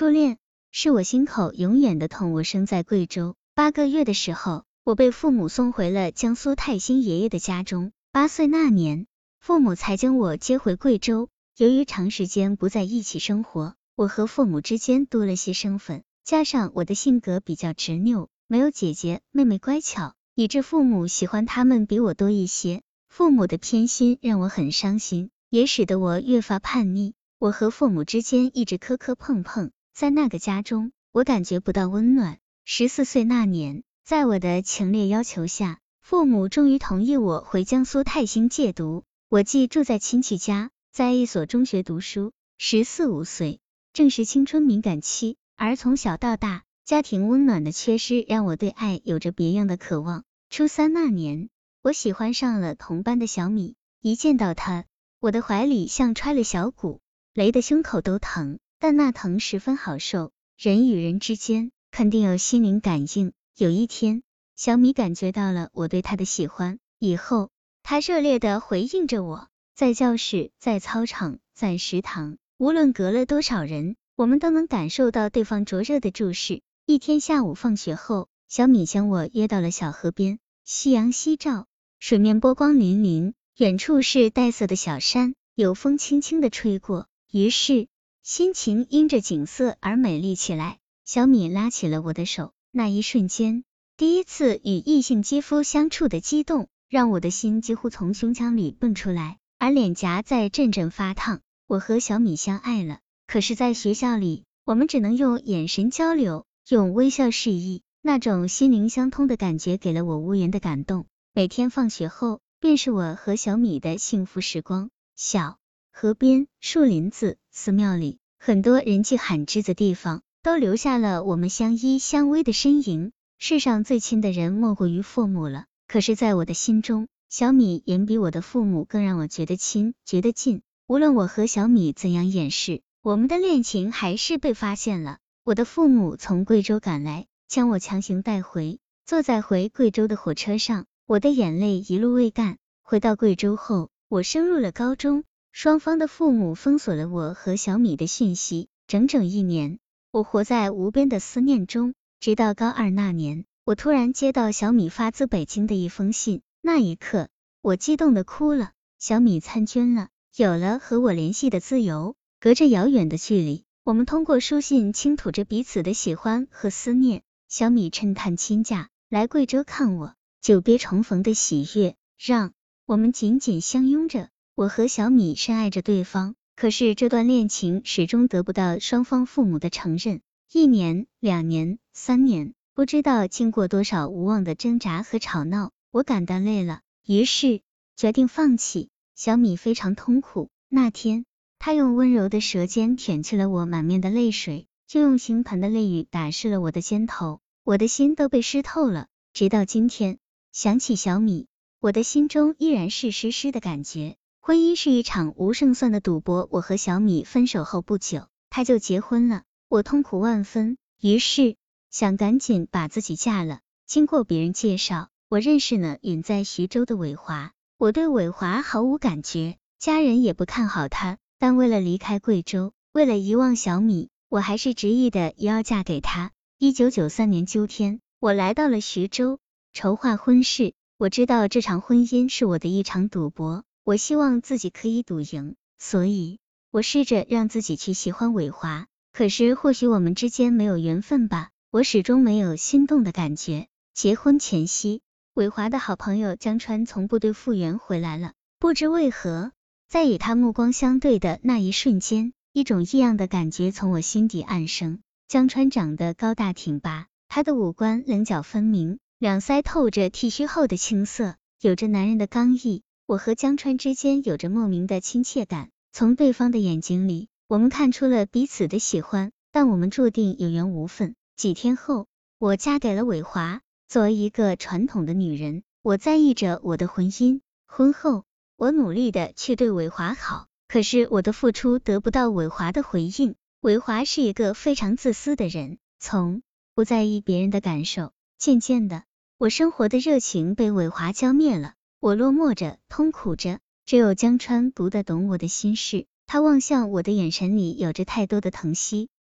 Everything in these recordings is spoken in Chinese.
初恋是我心口永远的痛。我生在贵州，8个月的时候，我被父母送回了江苏泰兴爷爷的家中。8岁那年，父母才将我接回贵州。由于长时间不在一起生活，我和父母之间多了些生分，加上我的性格比较执拗，没有姐姐妹妹乖巧，以致父母喜欢他们比我多一些。父母的偏心让我很伤心，也使得我越发叛逆。我和父母之间一直磕磕碰碰，在那个家中，我感觉不到温暖。14岁那年，在我的强烈要求下，父母终于同意我回江苏泰兴借读。我既住在亲戚家，在一所中学读书。14、15岁，正是青春敏感期，而从小到大，家庭温暖的缺失让我对爱有着别样的渴望。初3那年，我喜欢上了同班的小米，一见到她，我的怀里像揣了小鼓，雷的胸口都疼，但那疼十分好受。人与人之间肯定有心灵感应。有一天，小米感觉到了我对她的喜欢，以后她热烈地回应着我，在教室，在操场，在食堂，无论隔了多少人，我们都能感受到对方灼热的注视。一天下午放学后，小米将我约到了小河边，夕阳西照，水面波光粼粼，远处是黛色的小山，有风轻轻地吹过，于是心情因着景色而美丽起来。小米拉起了我的手，那一瞬间，第一次与异性肌肤相触的激动，让我的心几乎从胸腔里蹦出来，而脸颊在阵阵发烫。我和小米相爱了，可是在学校里，我们只能用眼神交流，用微笑示意，那种心灵相通的感觉给了我无言的感动。每天放学后，便是我和小米的幸福时光。小河边、树林子、寺庙里，很多人迹罕至的地方，都留下了我们相依相偎的身影。世上最亲的人莫过于父母了，可是在我的心中，小米远比我的父母更让我觉得亲，觉得近。无论我和小米怎样掩饰，我们的恋情还是被发现了。我的父母从贵州赶来，将我强行带回。坐在回贵州的火车上，我的眼泪一路未干。回到贵州后，我升入了高中，双方的父母封锁了我和小米的讯息，整整1年，我活在无边的思念中。直到高2那年，我突然接到小米发自北京的一封信，那一刻，我激动的哭了。小米参军了，有了和我联系的自由。隔着遥远的距离，我们通过书信倾吐着彼此的喜欢和思念。小米趁探亲假来贵州看我，久别重逢的喜悦让我们紧紧相拥着。我和小米深爱着对方，可是这段恋情始终得不到双方父母的承认。1年、2年、3年，不知道经过多少无望的挣扎和吵闹，我感到累了，于是决定放弃。小米非常痛苦，那天他用温柔的舌尖舔去了我满面的泪水，就用倾盆的泪雨打湿了我的肩头，我的心都被湿透了。直到今天，想起小米，我的心中依然是湿湿的感觉。婚姻是一场无胜算的赌博，我和小米分手后不久，他就结婚了，我痛苦万分，于是想赶紧把自己嫁了。经过别人介绍，我认识了远在徐州的伟华。我对伟华毫无感觉，家人也不看好他，但为了离开贵州，为了遗忘小米，我还是执意的要嫁给他。1993年秋天，我来到了徐州，筹划婚事。我知道这场婚姻是我的一场赌博，我希望自己可以赌赢，所以我试着让自己去喜欢伟华。可是或许我们之间没有缘分吧，我始终没有心动的感觉。结婚前夕，伟华的好朋友江川从部队复员回来了，不知为何，在与他目光相对的那一瞬间，一种异样的感觉从我心底暗生。江川长得高大挺拔，他的五官棱角分明，两腮透着剃须后的青涩，有着男人的刚毅。我和江川之间有着莫名的亲切感，从对方的眼睛里，我们看出了彼此的喜欢，但我们注定有缘无分。几天后，我嫁给了伟华。作为一个传统的女人，我在意着我的婚姻。婚后，我努力的去对伟华好，可是我的付出得不到伟华的回应。伟华是一个非常自私的人，从不在意别人的感受。渐渐的，我生活的热情被伟华浇灭了，我落寞着，痛苦着。只有江川读得懂我的心事，他望向我的眼神里有着太多的疼惜。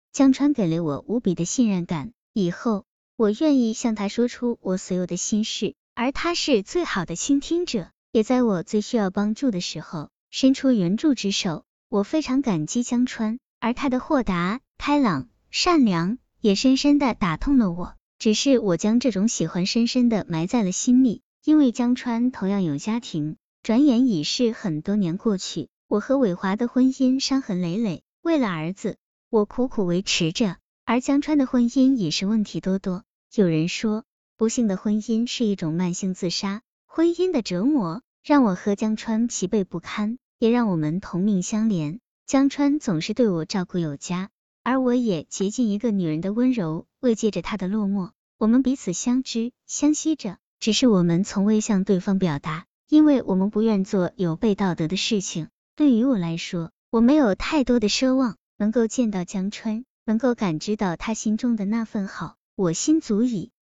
江川给了我无比的信任感，以后我愿意向他说出我所有的心事，而他是最好的倾听者，也在我最需要帮助的时候伸出援助之手。我非常感激江川，而他的豁达、开朗、善良也深深的打动了我。只是我将这种喜欢深深的埋在了心里，因为江川同样有家庭。转眼已是很多年过去，我和伟华的婚姻伤痕累累，为了儿子，我苦苦维持着，而江川的婚姻也是问题多多。有人说，不幸的婚姻是一种慢性自杀，婚姻的折磨让我和江川疲惫不堪，也让我们同命相连。江川总是对我照顾有加，而我也竭尽一个女人的温柔，慰藉着他的落寞。我们彼此相知相惜着，只是我们从未向对方表达，因为我们不愿做有悖道德的事情。对于我来说，我没有太多的奢望，能够见到江川，能够感知到他心中的那份好，我心足矣。